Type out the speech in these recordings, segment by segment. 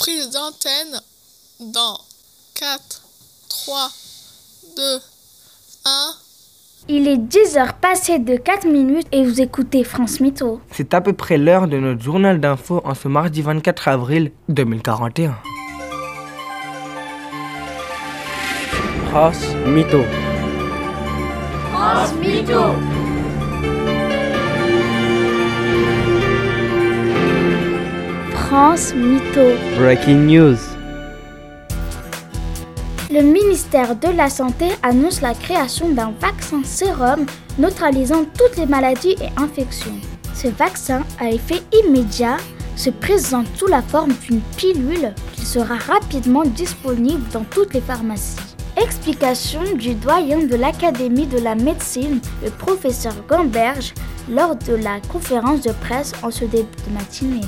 Prise d'antenne dans 4, 3, 2, 1. Il est 10h passé de 4 minutes et vous écoutez France Mytho. C'est à peu près l'heure de notre journal d'info en ce mardi 24 avril 2041. France Mytho. France Mytho. France Mytho. Breaking news. Le ministère de la Santé annonce la création d'un vaccin sérum neutralisant toutes les maladies et infections. Ce vaccin à effet immédiat se présente sous la forme d'une pilule qui sera rapidement disponible dans toutes les pharmacies. Explication du doyen de l'Académie de la médecine, le professeur Gamberge, lors de la conférence de presse en ce début de matinée.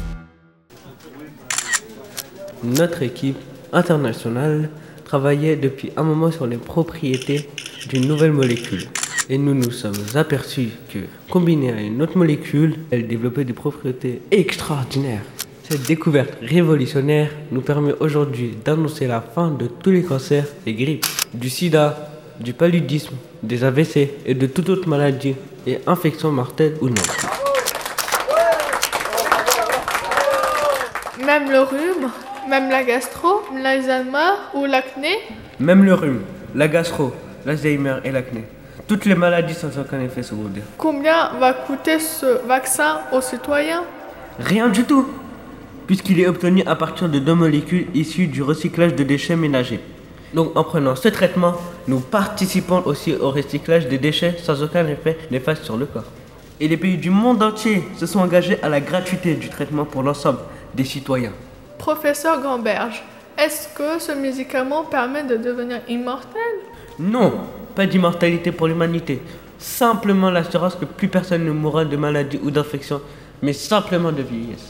Notre équipe internationale travaillait depuis un moment sur les propriétés d'une nouvelle molécule. Et nous nous sommes aperçus que, combinée à une autre molécule, elle développait des propriétés extraordinaires. Cette découverte révolutionnaire nous permet aujourd'hui d'annoncer la fin de tous les cancers et grippes, du sida, du paludisme, des AVC et de toute autre maladie et infection mortelle ou non. Même le rhume, même la gastro, l'Alzheimer ou l'acné. Même le rhume, la gastro, l'Alzheimer et l'acné. Toutes les maladies sans aucun effet secondaire. Combien va coûter ce vaccin aux citoyens? Rien du tout, puisqu'il est obtenu à partir de 2 molécules issues du recyclage de déchets ménagers. Donc en prenant ce traitement, nous participons aussi au recyclage des déchets sans aucun effet néfaste sur le corps. Et les pays du monde entier se sont engagés à la gratuité du traitement pour l'ensemble des citoyens. Professeur Gamberge, est-ce que ce médicament permet de devenir immortel? Non, pas d'immortalité pour l'humanité. Simplement l'assurance que plus personne ne mourra de maladie ou d'infection, mais simplement de vieillesse.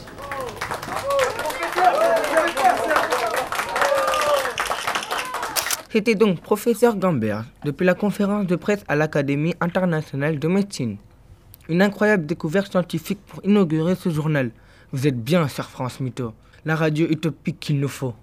C'était donc professeur Gamberge depuis la conférence de presse à l'Académie internationale de médecine. Une incroyable découverte scientifique pour inaugurer ce journal. Vous êtes bien sur France Mytho, la radio utopique qu'il nous faut.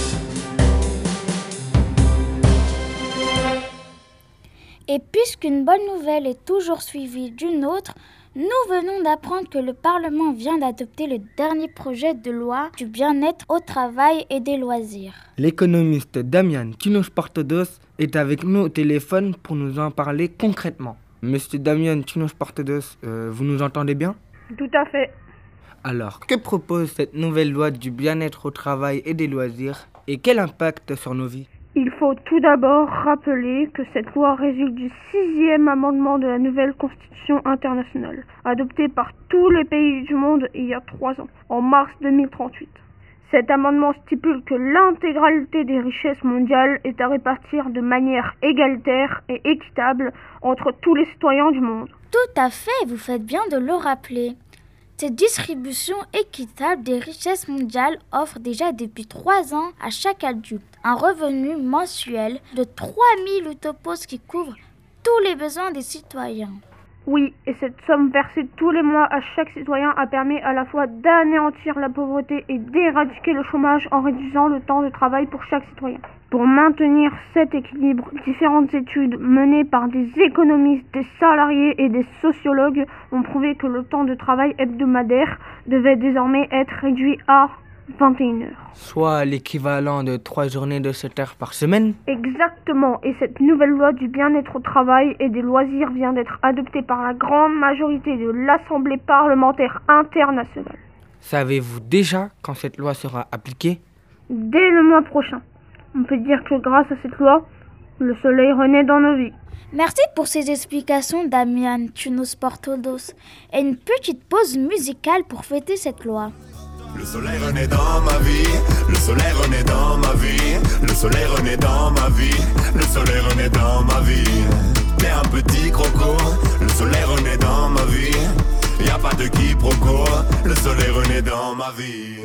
Et puisqu'une bonne nouvelle est toujours suivie d'une autre, nous venons d'apprendre que le Parlement vient d'adopter le dernier projet de loi du bien-être au travail et des loisirs. L'économiste Damian Tinos-Portodos est avec nous au téléphone pour nous en parler concrètement. Monsieur Damian Tinos-Portodos, vous nous entendez bien? Tout à fait. Alors, que propose cette nouvelle loi du bien-être au travail et des loisirs et quel impact sur nos vies? Il faut tout d'abord rappeler que cette loi résulte du 6e amendement de la nouvelle Constitution internationale, adoptée par tous les pays du monde il y a 3 ans, en mars 2038. Cet amendement stipule que l'intégralité des richesses mondiales est à répartir de manière égalitaire et équitable entre tous les citoyens du monde. Tout à fait, vous faites bien de le rappeler. Cette distribution équitable des richesses mondiales offre déjà depuis 3 ans à chaque adulte un revenu mensuel de 3 000 utopos qui couvre tous les besoins des citoyens. Oui, et cette somme versée tous les mois à chaque citoyen a permis à la fois d'anéantir la pauvreté et d'éradiquer le chômage en réduisant le temps de travail pour chaque citoyen. Pour maintenir cet équilibre, différentes études menées par des économistes, des salariés et des sociologues ont prouvé que le temps de travail hebdomadaire devait désormais être réduit à 21 heures. Soit l'équivalent de 3 journées de 7 heures par semaine? Exactement, et cette nouvelle loi du bien-être au travail et des loisirs vient d'être adoptée par la grande majorité de l'Assemblée parlementaire internationale. Savez-vous déjà quand cette loi sera appliquée? Dès le mois prochain. On peut dire que grâce à cette loi, le soleil renaît dans nos vies. Merci pour ces explications, Damian Tinos-Portodos. Et une petite pause musicale pour fêter cette loi. Le soleil renaît dans ma vie, le soleil renaît dans ma vie, le soleil renaît dans ma vie, le soleil renaît dans ma vie. T'es un petit croco, le soleil renaît dans ma vie, y a pas de quiproquo, le soleil renaît dans ma vie.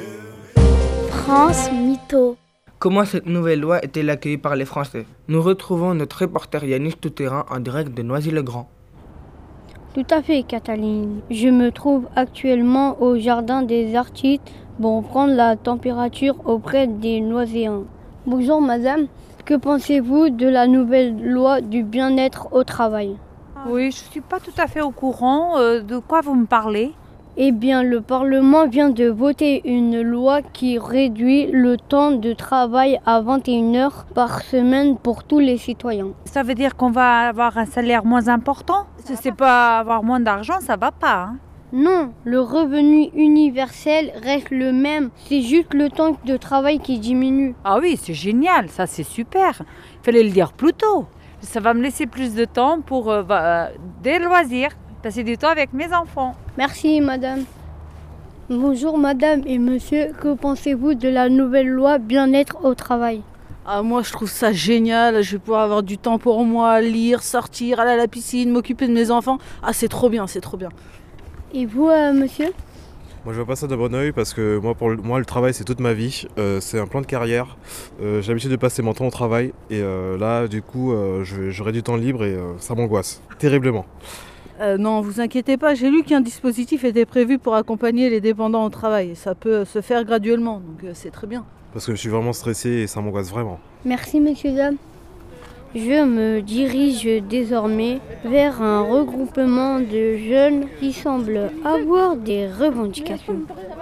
France Mytho. Comment cette nouvelle loi est-elle accueillie par les Français? Nous retrouvons notre reporter Yanis Tout-Terrain en direct de Noisy-le-Grand. Tout à fait, Cataline. Je me trouve actuellement au jardin des artistes pour prendre la température auprès des Noiséens. Bonjour madame, que pensez-vous de la nouvelle loi du bien-être au travail ? Oui, je ne suis pas tout à fait au courant. De quoi vous me parlez ? Eh bien, le Parlement vient de voter une loi qui réduit le temps de travail à 21 heures par semaine pour tous les citoyens. Ça veut dire qu'on va avoir un salaire moins important ? Si c'est pas avoir moins d'argent, ça va pas. Non, le revenu universel reste le même. C'est juste le temps de travail qui diminue. Ah oui, c'est génial, ça c'est super. Il fallait le dire plus tôt. Ça va me laisser plus de temps pour des loisirs, passer du temps avec mes enfants. Merci madame. Bonjour madame et monsieur, que pensez-vous de la nouvelle loi bien-être au travail ? Moi je trouve ça génial, je vais pouvoir avoir du temps pour moi, lire, sortir, aller à la piscine, m'occuper de mes enfants. C'est trop bien, c'est trop bien. Et vous monsieur ? Moi je vois pas ça de bon oeil parce que moi le travail c'est toute ma vie, c'est un plan de carrière. J'ai l'habitude de passer mon temps au travail et là du coup j'aurai du temps libre et ça m'angoisse terriblement. Non, vous inquiétez pas, j'ai lu qu'un dispositif était prévu pour accompagner les dépendants au travail. Ça peut se faire graduellement, donc c'est très bien. Parce que je suis vraiment stressé et ça m'angoisse vraiment. Merci messieurs, dames. Je me dirige désormais vers un regroupement de jeunes qui semblent avoir des revendications.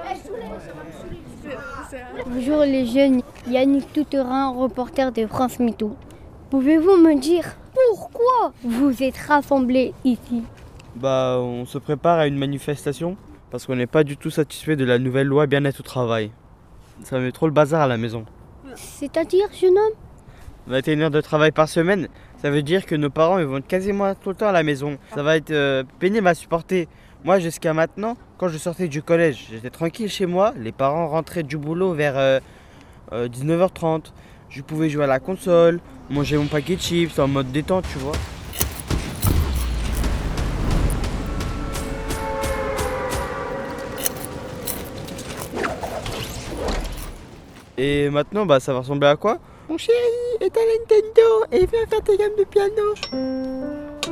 Bonjour les jeunes, Yannick Touterin, reporter de France Mytho. Pouvez-vous me dire pourquoi vous êtes rassemblés ici ? On se prépare à une manifestation parce qu'on n'est pas du tout satisfait de la nouvelle loi bien-être au travail. Ça met trop le bazar à la maison. C'est-à-dire, jeune homme ? 21 heures de travail par semaine, ça veut dire que nos parents ils vont être quasiment tout le temps à la maison. Ça va être pénible à supporter. Moi jusqu'à maintenant, quand je sortais du collège, j'étais tranquille chez moi. Les parents rentraient du boulot vers 19h30. Je pouvais jouer à la console, manger mon paquet de chips en mode détente, tu vois. Et maintenant, ça va ressembler à quoi ? Mon chéri, éteins la Nintendo et viens faire tes gammes de piano.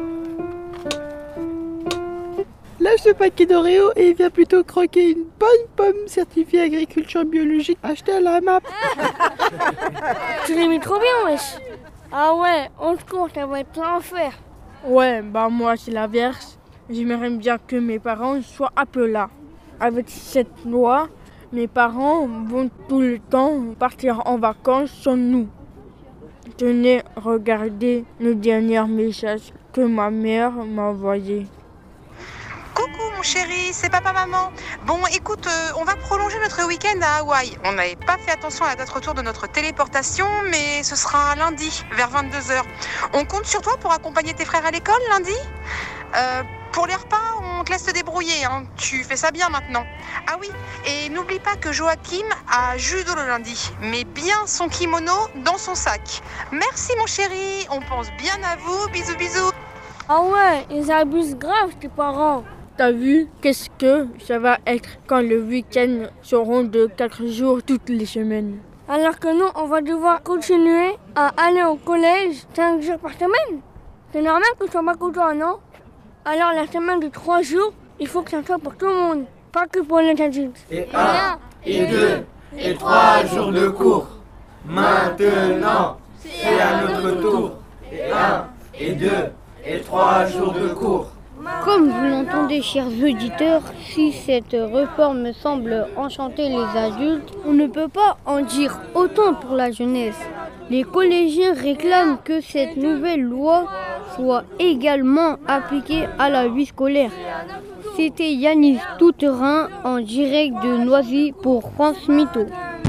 Lâche ce paquet d'Oreo et viens plutôt croquer une bonne pomme certifiée agriculture biologique achetée à la MAP. Tu les mets trop bien, wesh. Ah ouais, on se compte, ça va être l'enfer. Ouais, moi c'est l'inverse. J'aimerais bien que mes parents soient un peu là. Avec cette loi, mes parents vont tout le temps partir en vacances sans nous. Tenez, regardez le dernier message que ma mère m'a envoyé. Coucou mon chéri, c'est papa-maman. Bon écoute, on va prolonger notre week-end à Hawaï. On n'avait pas fait attention à la date retour de notre téléportation, mais ce sera lundi, vers 22h. On compte sur toi pour accompagner tes frères à l'école lundi ? Pour les repas, on te laisse te débrouiller, hein. Tu fais ça bien maintenant. Ah oui, et n'oublie pas que Joachim a judo le lundi, mais bien son kimono dans son sac. Merci mon chéri, on pense bien à vous, bisous bisous. Ah ouais, ils abusent grave tes parents. T'as vu qu'est-ce que ça va être quand le week-end seront de 4 jours toutes les semaines ? Alors que nous, on va devoir continuer à aller au collège 5 jours par semaine. C'est normal que ce soit pas que toi, non ? Alors la semaine de 3 jours, il faut que ça soit pour tout le monde, pas que pour les adultes. Et 1, et 2, et 3 jours de cours. Maintenant, c'est à notre tour. Et 1, et 2, et 3 jours de cours. Comme vous l'entendez, chers auditeurs, si cette réforme semble enchanter les adultes, on ne peut pas en dire autant pour la jeunesse. Les collégiens réclament que cette nouvelle loi soit également appliquée à la vie scolaire. C'était Yannick Touterin en direct de Noisy pour France Mytho.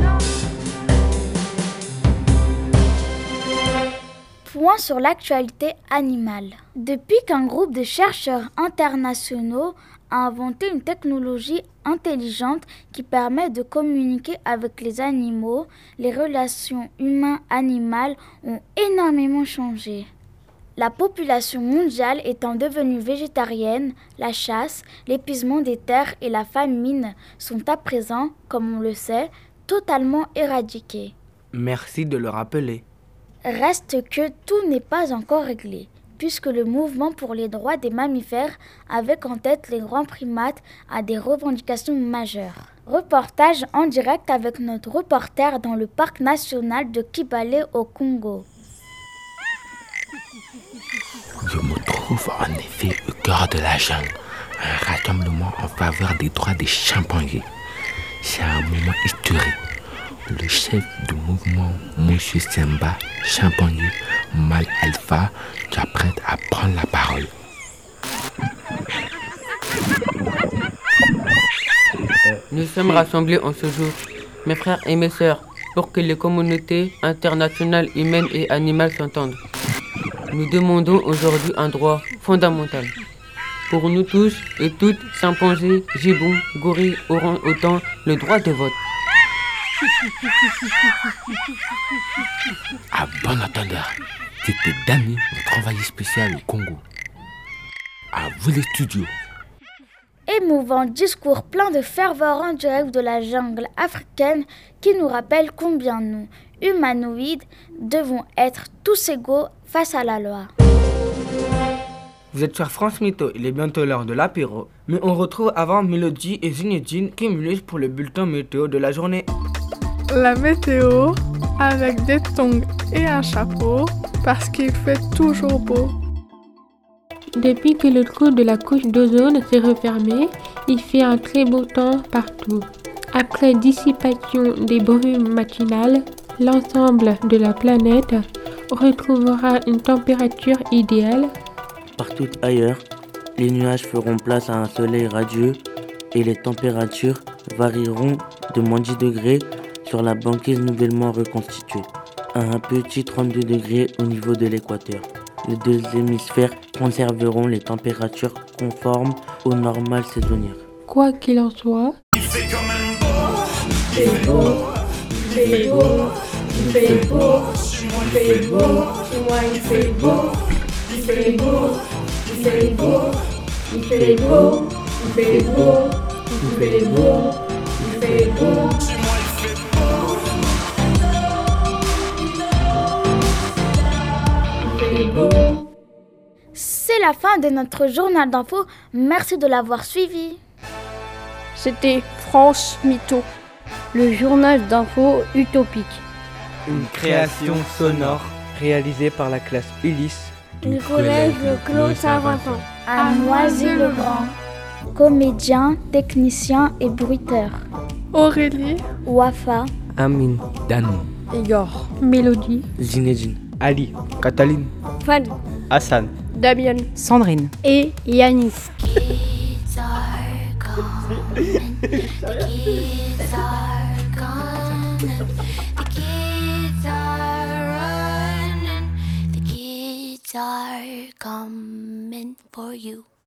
Point sur l'actualité animale. Depuis qu'un groupe de chercheurs internationaux a inventé une technologie intelligente qui permet de communiquer avec les animaux, les relations humain-animal ont énormément changé. La population mondiale étant devenue végétarienne, la chasse, l'épuisement des terres et la famine sont à présent, comme on le sait, totalement éradiqués. Merci de le rappeler. Reste que tout n'est pas encore réglé. puisque le mouvement pour les droits des mammifères, avec en tête les grands primates, a des revendications majeures. Reportage en direct avec notre reporter dans le parc national de Kibale au Congo. Je me trouve en effet au cœur de la jungle, un rassemblement en faveur des droits des chimpanzés. C'est un moment historique. Le chef du mouvement, M. Semba, chimpanzé mâle alpha, s'apprête à prendre la parole. Nous sommes rassemblés en ce jour, mes frères et mes sœurs, pour que les communautés internationales humaines et animales s'entendent. Nous demandons aujourd'hui un droit fondamental. Pour nous tous et toutes, chimpanzés, gibbons, gorilles auront autant le droit de vote. À bon entendeur, c'était Dami, notre envoyé spécial au Congo. À vous les studios. Émouvant discours plein de ferveur en direct de la jungle africaine qui nous rappelle combien nous, humanoïdes, devons être tous égaux face à la loi. Vous êtes sur France Mytho, il est bientôt l'heure de l'apéro, mais on retrouve avant Mélodie et Zinedine qui milissent pour le bulletin météo de la journée. La météo avec des tongs et un chapeau parce qu'il fait toujours beau. Depuis que le trou de la couche d'ozone s'est refermé, il fait un très beau temps partout. Après dissipation des brumes matinales, l'ensemble de la planète retrouvera une température idéale. Partout ailleurs, les nuages feront place à un soleil radieux et les températures varieront de moins 10 degrés sur la banquise nouvellement reconstituée à un petit 32 degrés au niveau de l'équateur. Les deux hémisphères conserveront les températures conformes aux normales saisonnières. Quoi qu'il en soit, il fait quand même beau, il fait beau, il fait beau, il fait beau, chez moi il fait beau, chez moi il fait beau, il fait beau, il fait beau, il fait beau, il fait beau, il fait beau, il fait beau, chez moi il fait beau, il fait beau. C'est la fin de notre journal d'info. Merci de l'avoir suivi. C'était France Mytho, le journal d'info utopique. Une création sonore réalisée par la classe Ulysse du collège Claude Saint-Vincent à Noisy-le-Grand. Comédien, technicien et bruiteur. Aurélie, Wafa, Amine, Danou, Igor, Mélodie, Zinedine, Ali, Cataline, Fan, Hassan, Damien, Sandrine et Yannick. Are coming for you.